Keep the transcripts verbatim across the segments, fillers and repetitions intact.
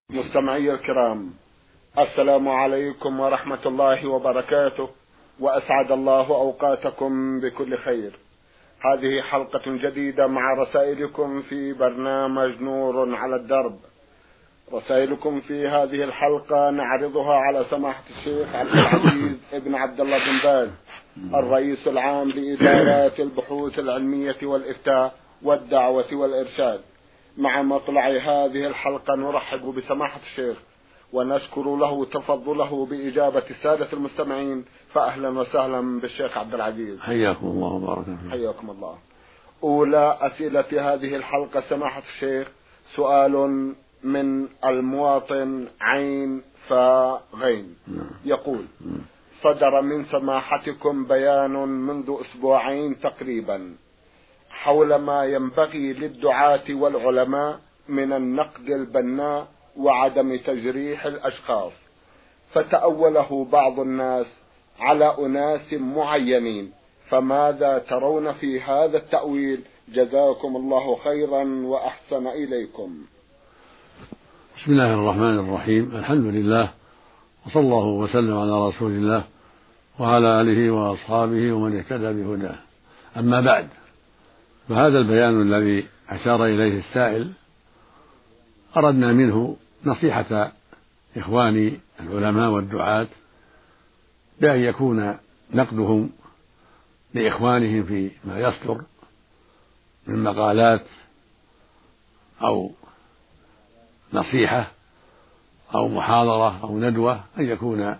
مستمعي الكرام، السلام عليكم ورحمة الله وبركاته، وأسعد الله أوقاتكم بكل خير. هذه حلقة جديدة مع رسائلكم في برنامج نور على الدرب. رسائلكم في هذه الحلقة نعرضها على سماحة الشيخ عبد العزيز ابن عبد الله بن باز، الرئيس العام لإدارات البحوث العلمية والإفتاء والدعوة والإرشاد. مع مطلع هذه الحلقة نرحب بسماحة الشيخ ونشكر له تفضله بإجابة السادة المستمعين، فأهلا وسهلا بالشيخ عبد العزيز. حياكم الله وبارك فيكم. حياكم الله. أولى أسئلة هذه الحلقة سماحة الشيخ سؤال من المواطن عين فغين، يقول: صدر من سماحتكم بيان منذ أسبوعين تقريبا حول ما ينبغي للدعاة والعلماء من النقد البناء وعدم تجريح الأشخاص، فتأوله بعض الناس على أناس معينين، فماذا ترون في هذا التأويل؟ جزاكم الله خيرا وأحسن إليكم. بسم الله الرحمن الرحيم، الحمد لله، وصلى الله وسلم على رسول الله وعلى آله وأصحابه ومن اهتدى بهداه. أما بعد، فهذا البيان الذي أشار إليه السائل أردنا منه نصيحة إخواني العلماء والدعاة بأن يكون نقدهم لإخوانهم في ما يصدر من مقالات أو نصيحة أو محاضرة أو ندوة أن يكون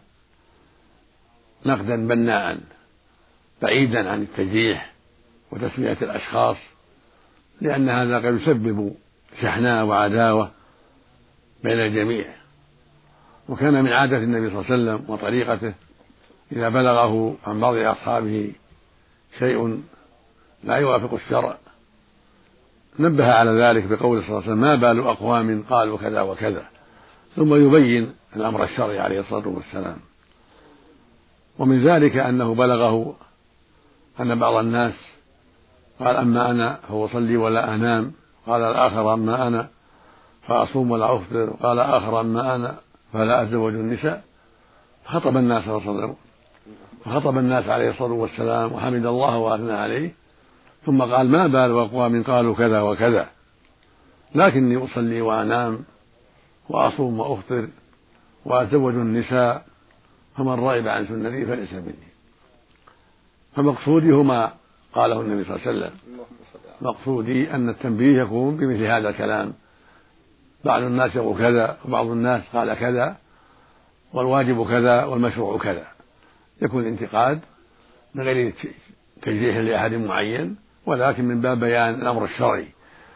نقدا بناء بعيدا عن التجريح وتسمية الأشخاص، لأن هذا قد يسبب شحناء وعداوة بين الجميع. وكان من عادة النبي صلى الله عليه وسلم وطريقته إذا بلغه عن بعض أصحابه شيء لا يوافق الشرع نبه على ذلك بقوله صلى الله عليه وسلم: ما بال أقوام قالوا كذا وكذا، ثم يبين الأمر الشرعي عليه الصلاة والسلام. ومن ذلك أنه بلغه أن بعض الناس قال: أما أنا فأصلي ولا أنام، قال الآخر: أما أنا فأصوم ولا أفطر، قال آخر: أما أنا فلا أتزوج النساء. فخطب الناس صلى الله عليه وسلم وخطب الناس عليه الصلاة والسلام وحمد الله وأثنى عليه، ثم قال: ما بال أقوام قالوا كذا وكذا، لكني أصلي وأنام وأصوم وأفطر وأتزوج النساء، فمن رغب عن سنتي فليس مني. فمقصودي هو ما قاله النبي صلى الله عليه وسلم، مقصودي أن التنبيه يكون بمثل هذا الكلام. بعض الناس يقول كذا وبعض الناس قال كذا، والواجب كذا والمشروع كذا، يكون انتقاد من غير تجريح لأحد معين، ولكن من باب بيان الأمر الشرعي،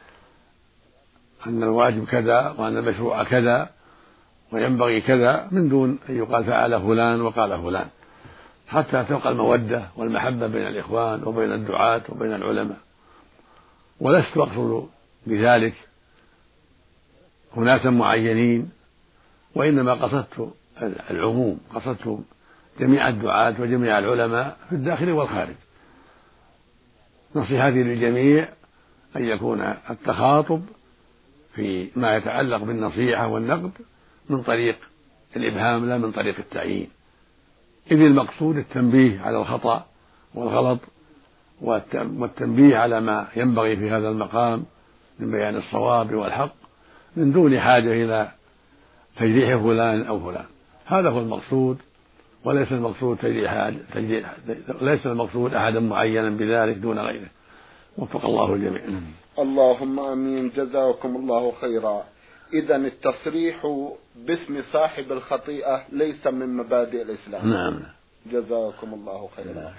أن الواجب كذا وأن المشروع كذا وينبغي كذا، من دون أن يقال فعل فلان وقال فلان، حتى تبقى المودة والمحبة بين الإخوان وبين الدعاة وبين العلماء. ولست أقصد بذلك أناسا معينين، وإنما قصدت العموم، قصدت جميع الدعاة وجميع العلماء في الداخل والخارج. نصيحتي للجميع أن يكون التخاطب في ما يتعلق بالنصيحة والنقد من طريق الإبهام لا من طريق التعيين، إذ المقصود التنبيه على الخطأ والغلط والتنبيه على ما ينبغي في هذا المقام من بيان الصواب والحق، من دون حاجة إلى تجريح فلان أو فلان. هذا هو المقصود، وليس المقصود تجريح تجريح ليس المقصود أحدا معينا بذلك دون غيره. وفق الله الجميع. اللهم آمين. جزاكم الله خيرا. إذن التصريح باسم صاحب الخطيئة ليس من مبادئ الإسلام. نعم. جزاكم الله خيرا.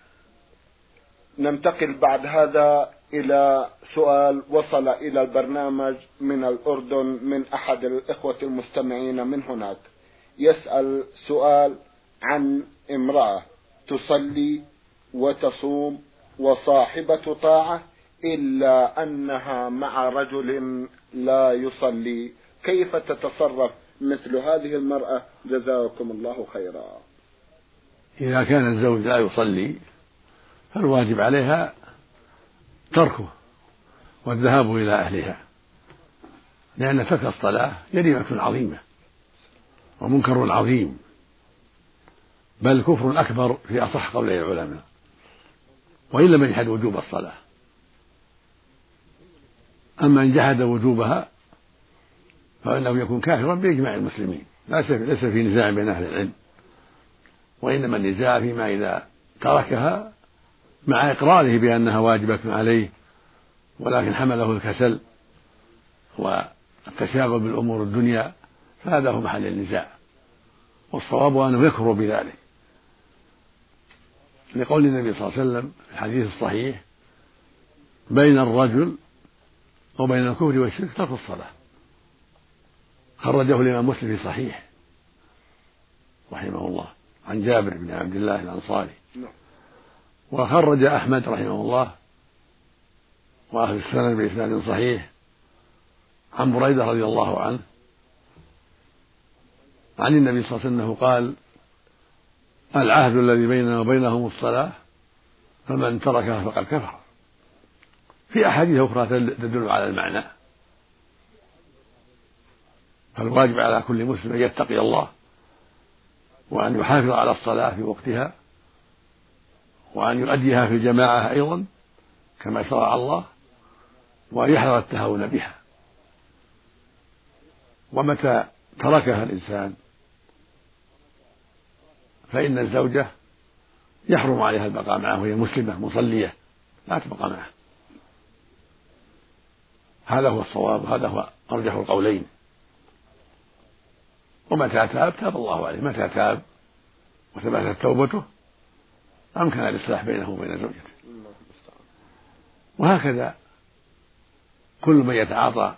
ننتقل بعد هذا إلى سؤال وصل إلى البرنامج من الأردن من أحد الإخوة المستمعين من هناك، يسأل سؤال عن امرأة تصلي وتصوم وصاحبة طاعة، إلا أنها مع رجل لا يصلي، كيف تتصرف مثل هذه المرأة؟ جزاكم الله خيرا. إذا كان الزوج لا يصلي فالواجب عليها تركه والذهاب إلى أهلها، لأن ترك الصلاة جريمة عظيمة ومنكر عظيم، بل كفر أكبر في أصح قولي العلماء، وإن لم يجحد وجوب الصلاة. أما إن جحد وجوبها فإنه يكون كافرا بإجماع المسلمين، ليس في نزاع بين أهل العلم، وإنما النزاع فيما إذا تركها مع إقراره بأنها واجبة عليه ولكن حمله الكسل والتشاغل بالأمور الدنيا، فهذا هو محل النزاع، والصواب أنه يكفر بذلك، لقول النبي صلى الله عليه وسلم في الحديث الصحيح: بين الرجل وبين الكفر والشرك ترك الصلاة. خرجه الإمام مسلم في صحيح رحمه الله عن جابر بن عبد الله الأنصاري، وخرج أحمد رحمه الله وأهل السنن بإسناد صحيح عن بريدة رضي الله عنه عن النبي صلى الله عليه وسلم قال: العهد الذي بيننا وبينهم الصلاة فمن تركها فقد كفر. في أحاديث أخرى تدل على المعنى، فالواجب على كل مسلم أن يتقي الله وأن يحافظ على الصلاة في وقتها، وأن يؤديها في الجماعة أيضا كما شرع الله، وأن يحذر التهاون بها. ومتى تركها الإنسان فإن الزوجة يحرم عليها البقاء معه وهي مسلمة مصلية، لا تبقى معه. هذا هو الصواب، هذا هو أرجح القولين. ومتى تاب تاب الله عليه، متى تاب وثبتت توبته أمكن الإصلاح بينه وبين زوجته. وهكذا كل من يتعاطى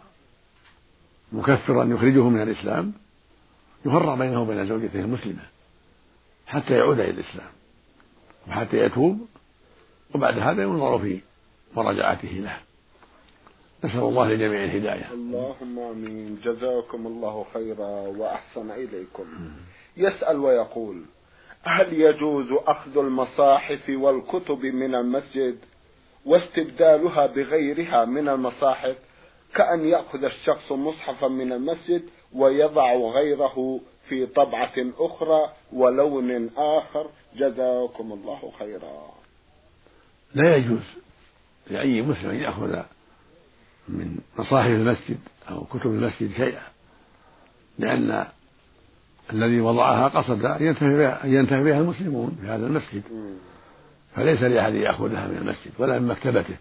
مكفرا يخرجه من الإسلام يفرق بينه وبين زوجته المسلمة حتى يعود إلى الإسلام وحتى يتوب، وبعد هذا ينظر في مراجعته له. نسأل الله لجميع الهداية. اللهم آمين. جزاكم الله خيرا وأحسن إليكم. يسأل ويقول: هل يجوز أخذ المصاحف والكتب من المسجد واستبدالها بغيرها من المصاحف، كأن يأخذ الشخص مصحفا من المسجد ويضع غيره في طبعة أخرى ولون آخر؟ جزاكم الله خيرا. لا يجوز لأي مسلم أن يأخذ من مصاحف المسجد أو كتب المسجد شيئا، لأن الذي وضعها قصد أن ينتفع بها المسلمون في هذا المسجد، فليس لأحد يأخذها من المسجد ولا من مكتبته،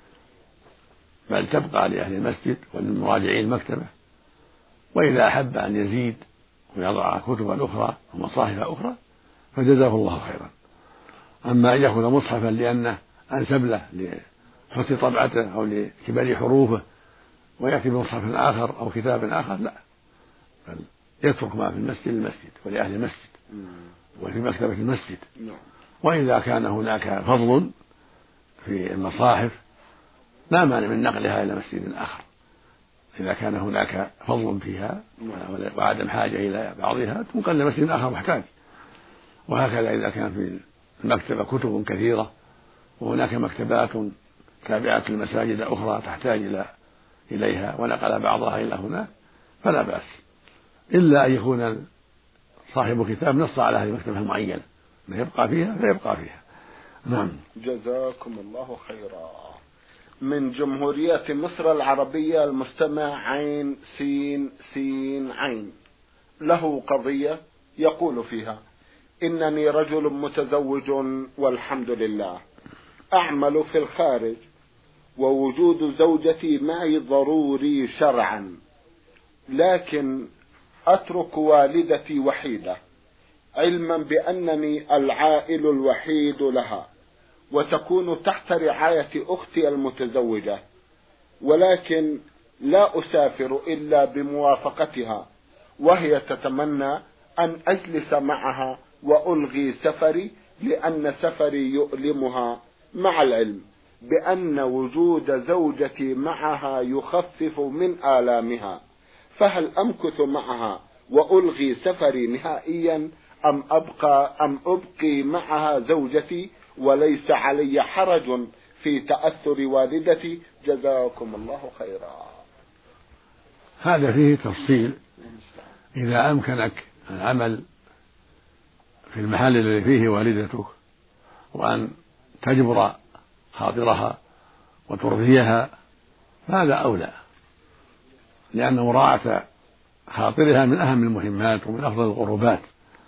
بل تبقى لأهل المسجد وللمراجعين المكتبة، وإذا أحب أن يزيد ويضع كتبا أخرى ومصاحف أخرى فجزاه الله خيرا. أما أن يأخذ مصحفا لأنه أنسب له لحسن طبعته أو لكبر حروفه ويأتي بمصحف آخر أو كتاب آخر، لا، بل يترك ما في المسجد للمسجد ولأهل المسجد وفي مكتبة المسجد. وإذا كان هناك فضل في المصاحف لا مانع من نقلها إلى مسجد آخر، إذا كان هناك فضل فيها وعدم حاجة إلى بعضها تنقل إلى مسجد آخر محتاج. وهكذا إذا كان في المكتبة كتب كثيرة وهناك مكتبات تابعة للمساجد أخرى تحتاج إلى إليها ونقل بعضها إلى هناك فلا بأس، إلا أن يكون صاحب كتاب نص على هذه المكتبة المعينة ما يبقى فيها فيبقى فيها. نعم. جزاكم الله خيرا. من جمهورية مصر العربية المستمع عين سين سين عين له قضية يقول فيها: إنني رجل متزوج والحمد لله، أعمل في الخارج ووجود زوجتي معي ضروري شرعا، لكن أترك والدتي وحيدة علما بأنني العائل الوحيد لها، وتكون تحت رعاية أختي المتزوجة، ولكن لا أسافر إلا بموافقتها، وهي تتمنى أن أجلس معها وألغي سفري لأن سفري يؤلمها، مع العلم بأن وجود زوجتي معها يخفف من آلامها، فهل أمكث معها وألغي سفري نهائيا أم أبقى أم أبقي معها زوجتي وليس علي حرج في تأثر والدتي؟ جزاكم الله خيرا. هذا فيه تفصيل. إذا أمكنك العمل في المحل الذي فيه والدتك وأن تجبر خاطرها وترضيها فهذا أولى، لأن مراعاة خاطرها من أهم المهمات ومن أفضل القربات.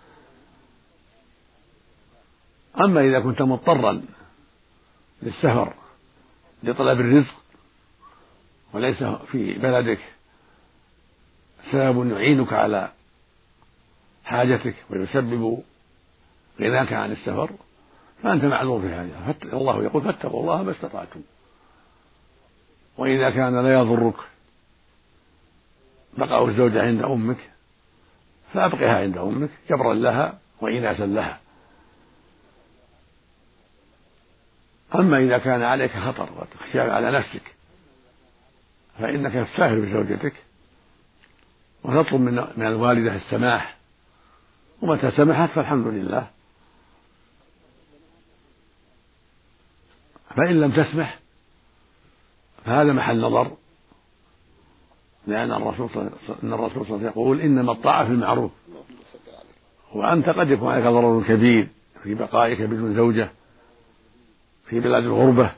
أما إذا كنت مضطرا للسفر لطلب الرزق وليس في بلدك سبب يعينك على حاجتك ويسبب غناك عن السفر فأنت معذور في هذا. الله يقول فاتقوا الله ما استطعتم. وإذا كان لا يضرك بقاء الزوجة عند أمك فأبقها عند أمك جبرا لها وإناسا لها. أما إذا كان عليك خطر وتخشى على نفسك فإنك تسافر بزوجتك وتطلب من الوالدة السماح، ومتى سمحت فالحمد لله، فإن لم تسمح فهذا محل نظر، لأن الرسول صلى الله عليه وسلم يقول إنما الطاعة في المعروف، وأنت قد يكون عليك ضرر كبير في بقائك بدون زوجة في بلاد الغربة،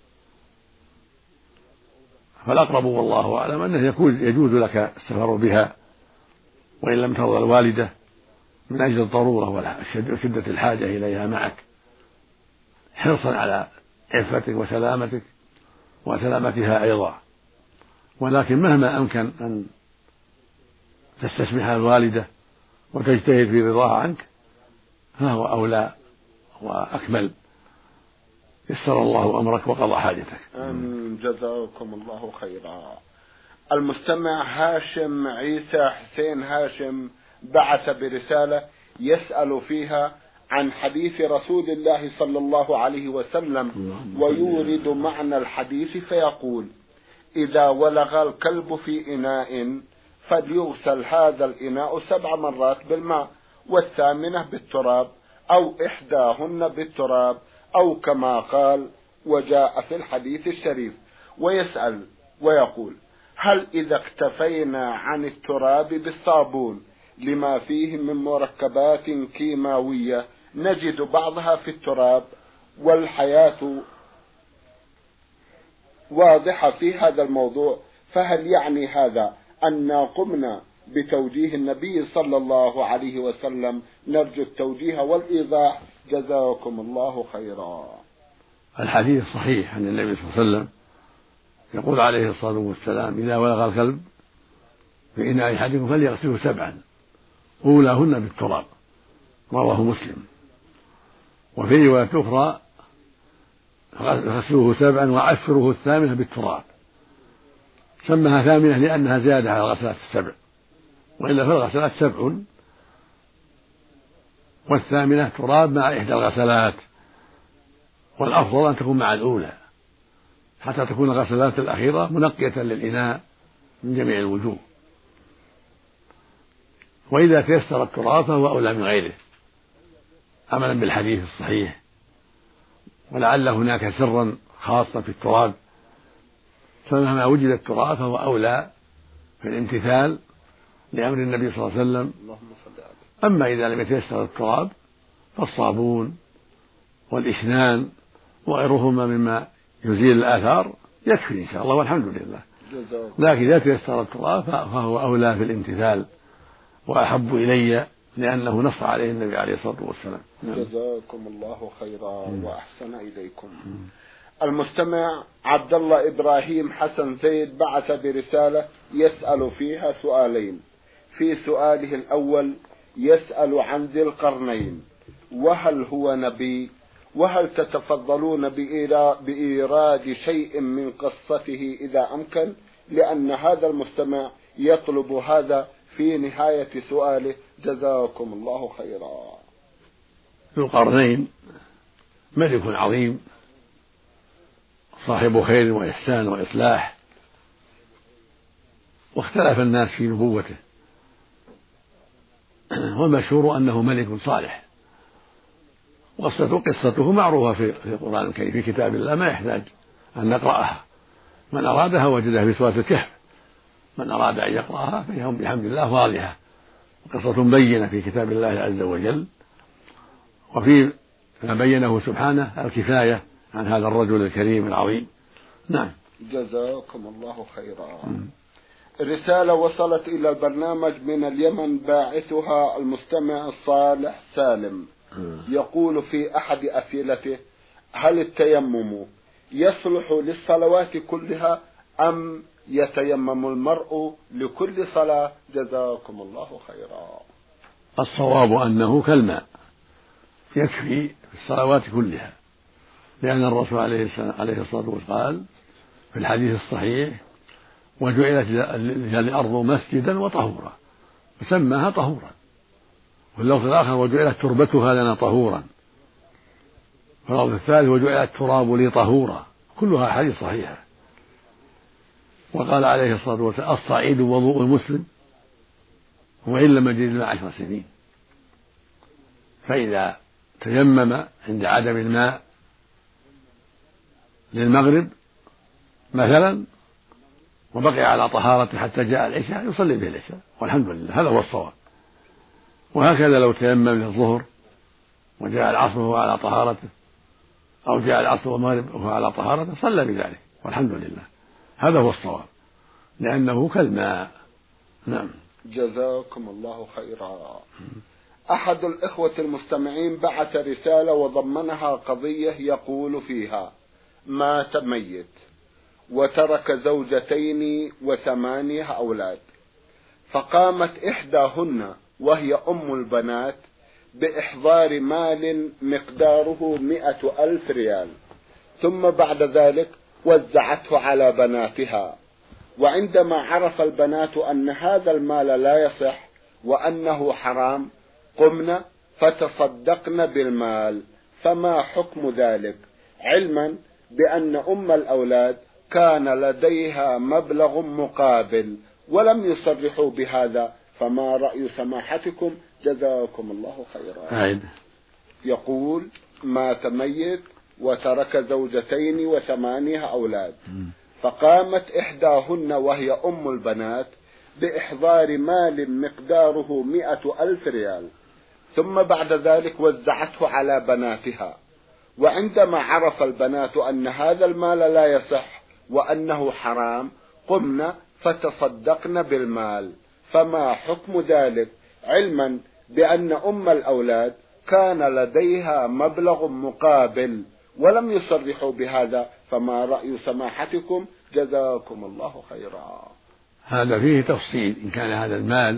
فالأقرب والله أعلم أنه يجوز لك السفر بها وإن لم ترضى الوالدة من أجل الضرورة وشدة الحاجة إليها معك، حرصا على عفتك وسلامتك وسلامتها أيضا. ولكن مهما أمكن أن تستسمح الوالدة وتجتهد في رضاها عنك فهو أولى وأكمل. يسر الله أمرك وقضى حاجتك. آمين. جزاكم الله خيرا. المستمع هاشم عيسى حسين هاشم بعث برسالة يسأل فيها عن حديث رسول الله صلى الله عليه وسلم ويورد معنى الحديث فيقول: إذا ولغ الكلب في إناء فليغسل هذا الإناء سبع مرات بالماء والثامنة بالتراب أو إحداهن بالتراب أو كما قال وجاء في الحديث الشريف. ويسأل ويقول: هل إذا اكتفينا عن التراب بالصابون لما فيه من مركبات كيماوية نجد بعضها في التراب والحياة واضحة في هذا الموضوع، فهل يعني هذا أن قمنا بتوجيه النبي صلى الله عليه وسلم؟ نرجو التوجيه والإيضاح جزاكم الله خيرا. الحديث صحيح عن النبي صلى الله عليه وسلم يقول عليه الصلاة والسلام: إذا ولغ الكلب في إناء أحدكم فليغسله سبعا أولاهن بالتراب، رواه مسلم. وفي رواية أخرى: غسلوه سبعا وعفروه الثامنة بالتراب. سمها ثامنة لأنها زيادة على الغسلات السبع، وإلا فالغسلات سبع والثامنة تراب مع إحدى الغسلات، والأفضل أن تكون مع الأولى حتى تكون الغسلات الأخيرة منقية للإناء من جميع الوجوه. وإذا تيسر التراب فهو أولى من غيره عملا بالحديث الصحيح، ولعل هناك سرا خاصا في التراب، فمهما وجد التراب فهو أولى في الامتثال لأمر النبي صلى الله عليه وسلم. أما إذا لم يتيسر التراب فالصابون والإسنان وغيرهما مما يزيل الآثار يكفي إن شاء الله والحمد لله. لكن إذا تيسر التراب فهو أولى في الامتثال وأحب إلي لأنه نص عليه النبي عليه الصلاة والسلام. جزاكم الله خيرا وأحسن إليكم. المستمع عبد الله إبراهيم حسن زيد بعث برسالة يسأل فيها سؤالين. في سؤاله الأول يسأل عن ذي القرنين، وهل هو نبي؟ وهل تتفضلون بإيراد شيء من قصته إذا أمكن؟ لأن هذا المستمع يطلب هذا في نهاية سؤاله. جزاكم الله خيرا. ذو القرنين ملك عظيم صاحب خير وإحسان وإصلاح، واختلف الناس في نبوته، والمشهور أنه ملك صالح، وقصته معروفة في القرآن الكريم في كتاب الله ما يحتاج أن نقرأها، من أرادها وجدها في سورة الكهف. من أراد أن يقرأها فهي بحمد الله واضحة، قصة بينة في كتاب الله عز وجل، وفي ما بينه سبحانه الكفاية عن هذا الرجل الكريم العظيم. نعم. جزاكم الله خيرا. رسالة وصلت إلى البرنامج من اليمن، باعثها المستمع الصالح سالم، يقول في أحد أسئلته: هل التيمم يصلح للصلوات كلها أم يتيمم المرء لكل صلاة؟ جزاكم الله خيرا. الصواب أنه كالماء يكفي في الصلوات كلها، لأن الرسول عليه الصلاة والسلام قال في الحديث الصحيح: وجعلت الأرض مسجدا وطهورا، فسماها طهورا. واللفظ الآخر: وجعلت تربتها لنا طهورا. واللفظ الثالث: وجعلت التراب لي طهورا. كلها حديث صحيحة. وقال عليه الصلاة والسلام: الصعيد وضوء المسلم وإن لم يجد الماء عشر سنين. فإذا تيمم عند عدم الماء للمغرب مثلا وبقي على طهارته حتى جاء العشاء يصلي به العشاء والحمد لله، هذا هو الصواب. وهكذا لو تيمم للظهر وجاء العصر وهو على طهارته، أو جاء العصر والمغرب وهو على طهارته، صلى بذلك والحمد لله، هذا هو الصواب، لأنه كالماء. نعم. جزاكم الله خيرا. أحد الإخوة المستمعين بعث رسالة وضمنها قضية يقول فيها: مات ميت وترك زوجتين وثمانية أولاد، فقامت إحداهن وهي أم البنات بإحضار مال مقداره مئة ألف ريال، ثم بعد ذلك وزعته على بناتها، وعندما عرف البنات أن هذا المال لا يصح وأنه حرام قمن فتصدقن بالمال، فما حكم ذلك؟ علما بأن أم الأولاد كان لديها مبلغ مقابل ولم يصرحوا بهذا، فما رأي سماحتكم؟ جزاكم الله خيرا. يقول: مات ميت وترك زوجتين وثمانية أولاد، فقامت إحداهن وهي أم البنات بإحضار مال مقداره مئة ألف ريال، ثم بعد ذلك وزعته على بناتها، وعندما عرف البنات أن هذا المال لا يصح وأنه حرام قمنا فتصدقن بالمال، فما حكم ذلك؟ علما بأن أم الأولاد كان لديها مبلغ مقابل ولم يصرحوا بهذا، فما رأي سماحتكم؟ جزاكم الله خيرا. هذا فيه تفصيل. إن كان هذا المال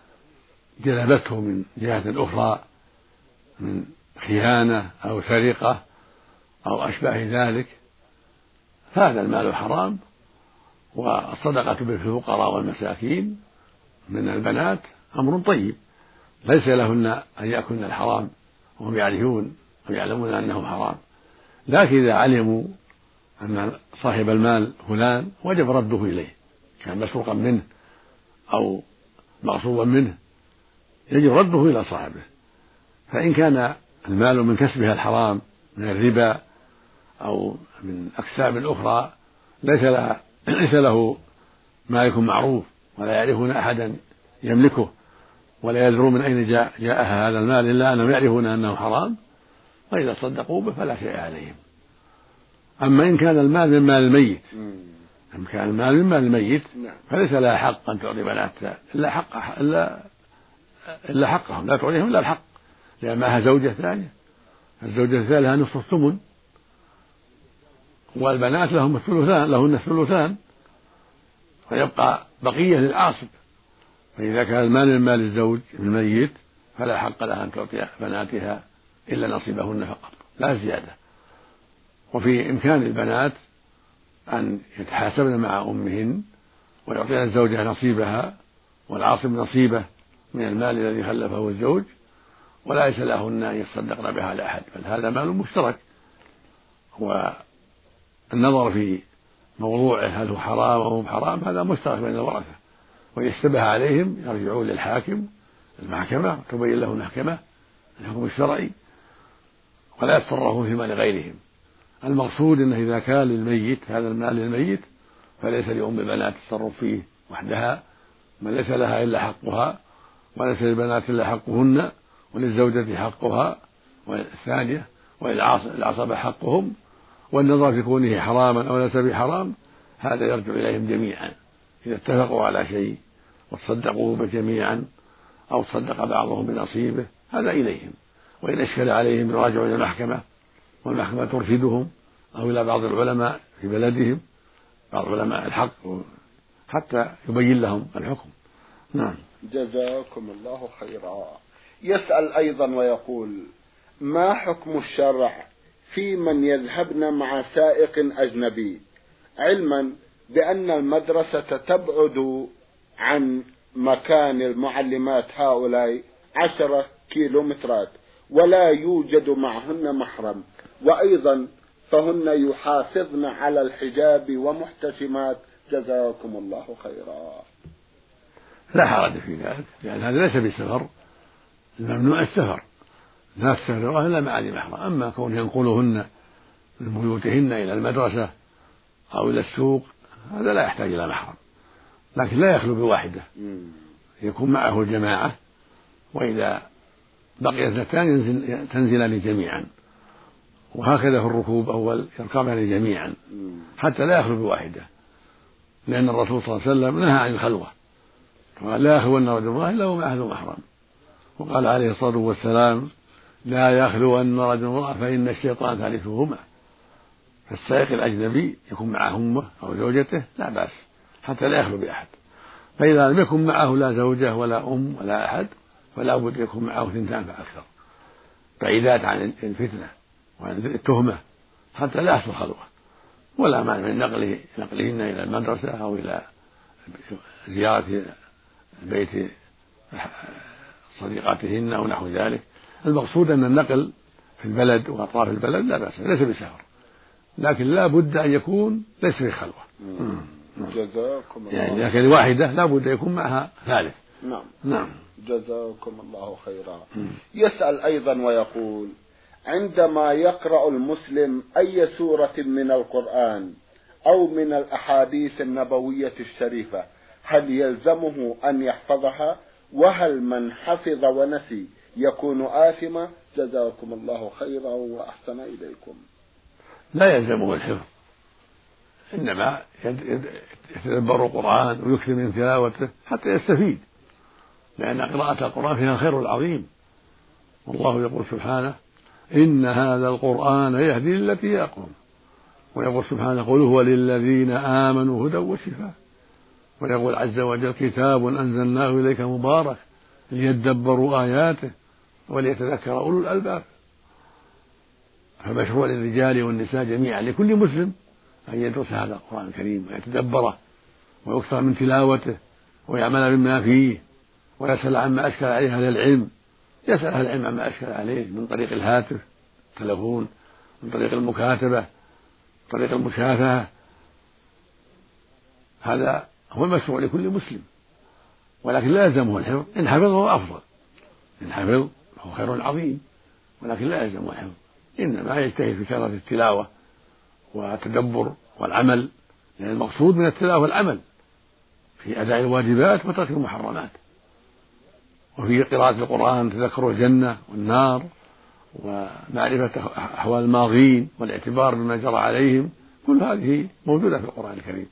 جلبته من جهة أخرى من خيانة أو سرقة أو أشباه ذلك فهذا المال حرام، والصدقة بالفقراء والمساكين من البنات أمر طيب، ليس لهن أن يأكلن الحرام وهم يعرفون ويعلمون أنه حرام. لكن إذا علموا أن صاحب المال فلان وجب رده إليه، كان مسروقا منه أو مغصوبا منه يجب رده إلى صاحبه. فإن كان المال من كسبها الحرام من الربا أو من أكساب أخرى ليس له, ليس له مالك معروف ولا يعرفون أحدا يملكه ولا يدرون من أين جاء جاءها هذا المال إلا أنهم يعرفون أنه حرام، فإذا صدقوا به فلا شيء عليهم. أما إن كان المال من مال الميت إن كان المال من مال الميت فليس لها حق أن تعطي بناتها إلا حق إلا إلا حقهم، لا تعطيهم إلا الحق، لأن معها زوجة ثانية، الزوجة الثانية لها نصف الثمن، والبنات لهم الثلثان لهن الثلثان، ويبقى بقية للعاصب. فإذا كان المال من مال الزوج الميت فلا حق لها أن تعطي بناتها إلا نصيبهن فقط لا زيادة. وفي إمكان البنات أن يتحاسبن مع أمهن ويعطين الزوجة نصيبها والعاصب نصيبه من المال الذي خلفه الزوج، وليس لهن أن يتصدقن بها لأحد، بل هذا مال مشترك. والنظر في موضوعه هل هو حرام أو مو حرام هذا مشترك بين الورثة، وإن اشتبه عليهم يرجعون للحاكم المحكمة تبين له المحكمة الحكم الشرعي ولا يتصرفون في مال غيرهم. المقصود أنه إذا كان للميت هذا المال للميت فليس لأم البنات التصرف فيه وحدها، من ليس لها إلا حقها، وليس للبنات إلا حقهن، وللزوجة حقها والثانية، وللعصبة حقهم، والنظر في كونه حراما أو ليس بحرام هذا يرجع إليهم جميعا. إذا اتفقوا على شيء وتصدقوا به جميعا أو تصدق بعضهم بنصيبه هذا إليهم، وإن أشكل عليهم يراجعوا إلى المحكمة والمحكمة ترشدهم أو إلى بعض العلماء في بلدهم، بعض علماء الحق، حتى يبين لهم الحكم. نعم. جزاكم الله خيرا. يسأل أيضا ويقول: ما حكم الشرع في من يذهبن مع سائق أجنبي، علما بأن المدرسة تبعد عن مكان المعلمات هؤلاء عشرة كيلومترات ولا يوجد معهن محرم، وأيضا فهن يحافظن على الحجاب ومحتشمات، جزاكم الله خيرا. لا حرج في ذلك، لأن هذا ليس بسفر، الممنوع السفر، لا تسافر إلا مع ذي محرم. أما كون ينقلهن من بيوتهن إلى المدرسة أو إلى السوق هذا لا يحتاج إلى محرم، لكن لا يخلو بواحدة، يكون معه الجماعة، وإذا بقي اثنتان ينزل تنزلان جميعا، وهكذا في الركوب أول يركبان جميعا حتى لا يخلو بواحدة، لأن الرسول صلى الله عليه وسلم نهى عن الخلوة، قال: لا يخلون رجل امرأة إلا وهو معه محرم. وقال عليه الصلاة والسلام: لا يخلون رجل امرأة فإن الشيطان ثالثهما. فالسائق الأجنبي يكون معه أمه أو زوجته لا بأس حتى لا يخلو بأحد. فإذا لم يكن معه لا زوجة ولا أم ولا أحد فلا بد يكون معه اثنتان فأكثر، بعيدات عن الفتنة وعن التهمة حتى لا يحصل خلوة، ولا مانع من نقله نقلهن إلى المدرسة أو إلى زيارة بيت صديقاتهن أو نحو ذلك. المقصود أن النقل في البلد وأطراف البلد لا بأس، ليس بسفر، لكن لا بد أن يكون ليس في خلوة. جزاكم الله. يعني إذا كان واحدة لا بد أن يكون معها ثالث. نعم. نعم. جزاكم الله خيرا. يسأل أيضا ويقول: عندما يقرأ المسلم أي سورة من القرآن أو من الأحاديث النبوية الشريفة هل يلزمه أن يحفظها؟ وهل من حفظ ونسي يكون آثما؟ جزاكم الله خيرا وأحسن إليكم. لا يلزمه الحفظ، إنما يتدبر القرآن ويكثر من تلاوته حتى يستفيد، لأن قراءة القرآن فيها الخير العظيم. والله يقول سبحانه: إن هذا القرآن يهدي للتي هي أقوم. ويقول سبحانه: قل هو للذين آمنوا هدى وشفاء. ويقول عز وجل: كتاب أنزلناه إليك مبارك ليدبروا آياته وليتذكر أولو الألباب. فمشروع للرجال والنساء جميعا لكل مسلم أن يدرس هذا القرآن الكريم ويتدبره ويكثر من تلاوته ويعمل بما فيه ويسأل عما أشكل عليه أهل العلم، يسأل أهل العلم عما أشكل عليه من طريق الهاتف، التلفون، من طريق المكاتبة، من طريق المشافهة. هذا هو المشروع لكل مسلم، ولكن لا يلزمه الحفظ. إن حفظه أفضل، إن حفظ هو خير عظيم، ولكن لا يلزمه الحفظ، إنما يجتهد في كثرة التلاوة والتدبر والعمل، لأن المقصود من التلاوة والعمل في أداء الواجبات وترك المحرمات. وفي قراءة القرآن تذكر الجنة والنار ومعرفة أحوال الماضين والاعتبار بما جرى عليهم، كل هذه موجودة في القرآن الكريم.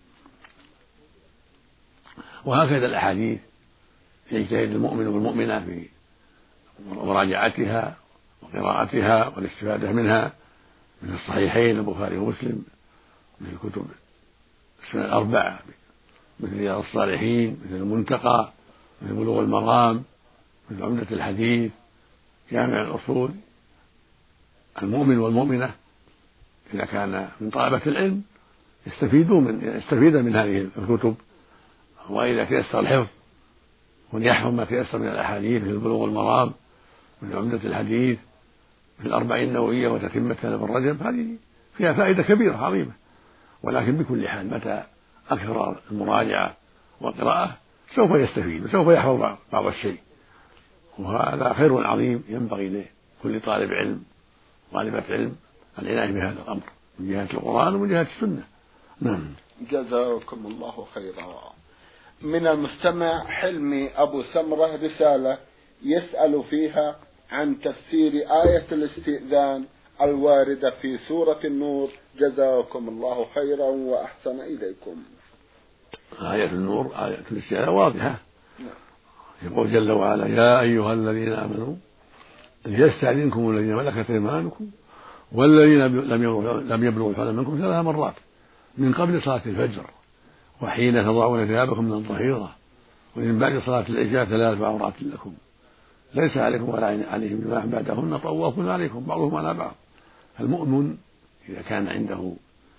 وهكذا الأحاديث يجتهد المؤمن والمؤمنة في مراجعتها وقراءتها والاستفادة منها، من الصحيحين البخاري ومسلم، من الكتب السنن الأربعة، مثل رياض الصالحين، مثل المنتقى، مثل بلوغ المرام، مثل عمدة الحديث، جامع الأصول. المؤمن والمؤمنة إذا كان من طلبة العلم يستفيدوا من يستفيد من هذه الكتب، وإذا تيسر الحفظ وليحفظ ما تيسر من الأحاديث مثل بلوغ المرام، مثل عمدة الحديث، مثل الأربعين النووية وتتمتها ابن رجب، هذه فيها فائدة كبيرة عظيمة. ولكن بكل حال متى أكثر المراجعة والقراءة سوف يستفيد وسوف يحفظ بعض الشيء، وهذا خير عظيم ينبغي لكل طالب علم طالبة علم العناية بهذا الأمر من جهة القرآن ومن جهة السنة. نعم. جزاكم الله خيرا. من المستمع حلمي أبو سمرة رسالة يسأل فيها عن تفسير آية الاستئذان الواردة في سورة النور، جزاكم الله خيرا وأحسن إليكم. آية النور آية الاستئذان واضحة، يقول جل وعلا: يا أيها الذين آمنوا ليستأذنكم الذين ملكت أيمانكم والذين لم يبلغوا الحلم منكم ثلاث مرات من قبل صلاة الفجر وحين تضعون ثيابكم من الظهيرة ومن بعد صلاة العشاء ثلاث عورات لكم ليس عليكم ولا عليهم جناح بعدهن طوافون عليكم بعضهم على بعض. المؤمن إذا كان عنده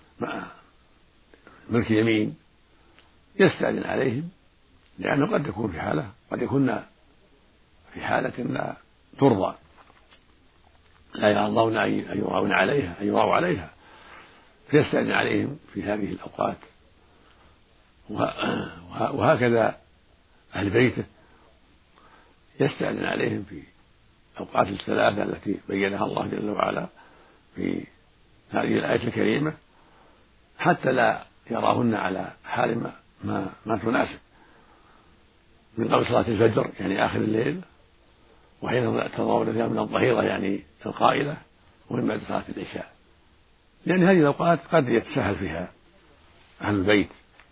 ملك يمين يستأذن عليهم، لأنه قد يكون في حالة قد يكون في حالة لا ترضى، لا يرضون أن يراون عليها أن يراوا عليها، فيستأذن عليهم في هذه الأوقات. وهكذا أهل بيته يستأذن عليهم في أوقات الثلاثة التي بينها الله جل وعلا في هذه الآية الكريمة، حتى لا يراهن على حال ما, ما, ما تناسب، من قبل صلاة الفجر يعني آخر الليل، وحين تضعون ثيابكم من الظهيرة يعني القائلة، ومن بعد صلاة العشاء، لأن هذه الأوقات قد يتساهل فيها أهل البيت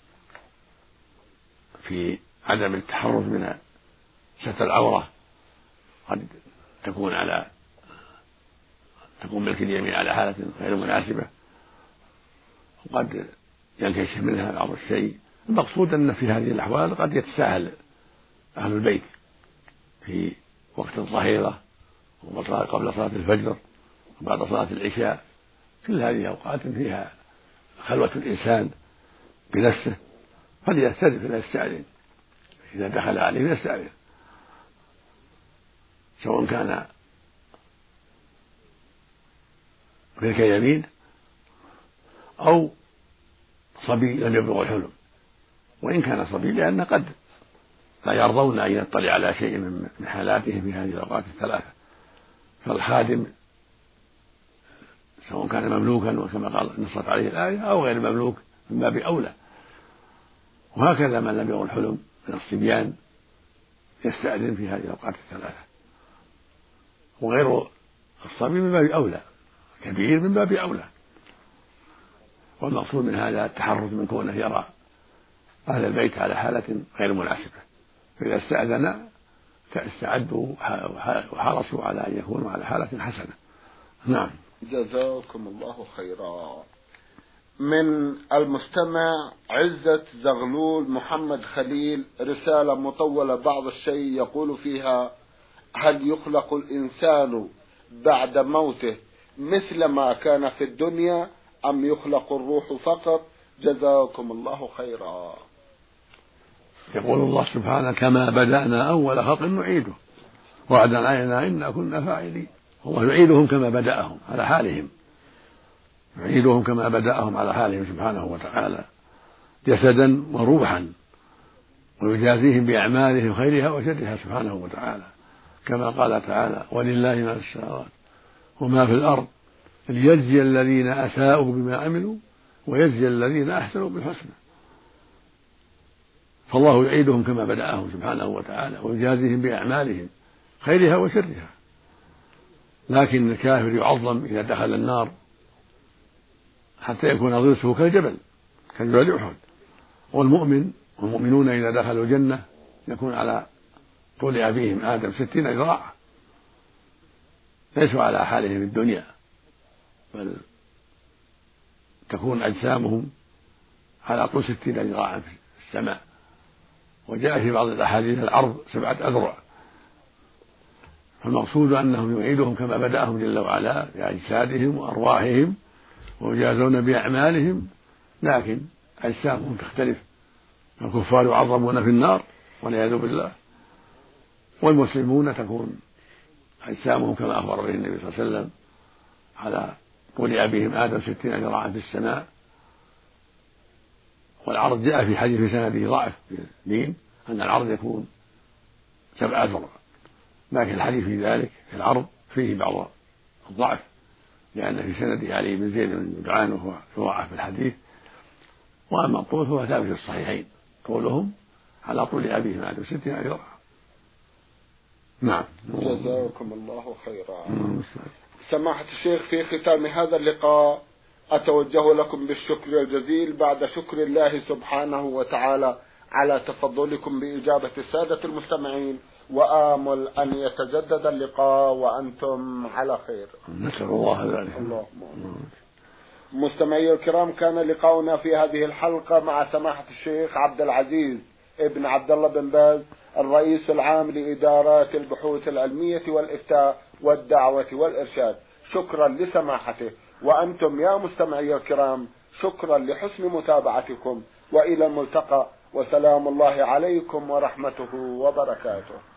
في عدم التحرز من ستر العورة، قد تكون على تكون ملك اليمين على حالة غير مناسبة، وقد ينكشف منها بعض الشيء. المقصود أن في هذه الأحوال قد يتساهل أهل البيت في وقت الظهيرة وقبل صلاة الفجر وبعد صلاة العشاء، كل هذه أوقات فيها خلوة الإنسان بنفسه، فليستأذن فليستأذن إذا دخل عليه يستأذن، سواء كان ملك يمين أو صبي لم يبلغ الحلم. وإن كان صبي لأن قد لا يرضون أن يطلع على شيء من حالاتهم في هذه الأوقات الثلاثة، فالخادم سواء كان مملوكا وكما قال نصت عليه الآية أو غير مملوك من باب أولى. وهكذا من لم يبلغ الحلم من الصبيان يستأذن في هذه الأوقات الثلاثة، وغير الصبي من باب أولى، كبير من باب أولى. والمقصود من هذا التحرز من كونه يرى أهل البيت على حالة غير مناسبة، فإذا استأذن استعدوا وحرصوا على أن يكونوا على حالة حسنة. نعم، جزاكم الله خيرا. من المستمع عزة زغلول محمد خليل رسالة مطولة بعض الشيء، يقول فيها: هل يخلق الإنسان بعد موته مثل ما كان في الدنيا أم يخلق الروح فقط؟ جزاكم الله خيرا. يقول الله سبحانه: كما بدأنا أول خلق نعيده وعدا علينا إنا كنا فاعلين. الله يعيدهم كما بدأهم على حالهم، يعيدهم كما بدأهم على حالهم سبحانه وتعالى جسدا وروحا، ويجازيهم بأعمالهم خيرها وشرها سبحانه وتعالى، كما قال تعالى: ولله ما في السماوات وما في الأرض ليجزي الذين أساءوا بما عملوا ويجزي الذين أحسنوا بالحسنى. فالله يعيدهم كما بدأهم سبحانه وتعالى ويجازيهم بأعمالهم خيرها وشرها. لكن الكافر يعظم إذا دخل النار حتى يكون ضرسه كالجبل كجبل أحد، والمؤمن والمؤمنون إذا دخلوا الجنة يكون على طول أبيهم آدم ستين ذراعا، ليسوا على حالهم في الدنيا، بل تكون أجسامهم على طول ستين ذراعا في السماء. وجاء في بعض الأحاديث العرض سبعة أذرع. فالمقصود أنهم يعيدهم كما بدأهم جل وعلا بأجسادهم وأرواحهم ويجازون بأعمالهم، لكن أجسامهم تختلف. الكفار يعظمون في النار والعياذ بالله، والمسلمون تكون أجسامهم كما أخبر به النبي صلى الله عليه وسلم على طول أبيهم آدم ستين ذراعا في السماء. والعرض جاء في حديث في سنده ضعف في الدين أن العرض يكون سبع أذرع، لكن الحديث في ذلك في العرض فيه بعض الضعف، لأن في سنده علي بن زيد بن جدعان وهو يضاعف في الحديث. وأما الطول فهو ثابت في الصحيحين، طولهم على طول أبيه مات ستين ألف درهم. نعم. جزاكم الله خيرا. سماحة الشيخ، في ختام هذا اللقاء أتوجه لكم بالشكر الجزيل بعد شكر الله سبحانه وتعالى على تفضلكم بإجابة السادة المستمعين، وآمل أن يتجدد اللقاء وأنتم على خير. نسأل الله ذلك. اللهم. مستمعي الكرام، كان لقاؤنا في هذه الحلقة مع سماحة الشيخ عبد العزيز ابن عبد الله بن باز، الرئيس العام لإدارات البحوث العلمية والإفتاء والدعوة والإرشاد. شكرا لسماحته، وأنتم يا مستمعي الكرام شكرا لحسن متابعتكم، وإلى الملتقى، وسلام الله عليكم ورحمته وبركاته.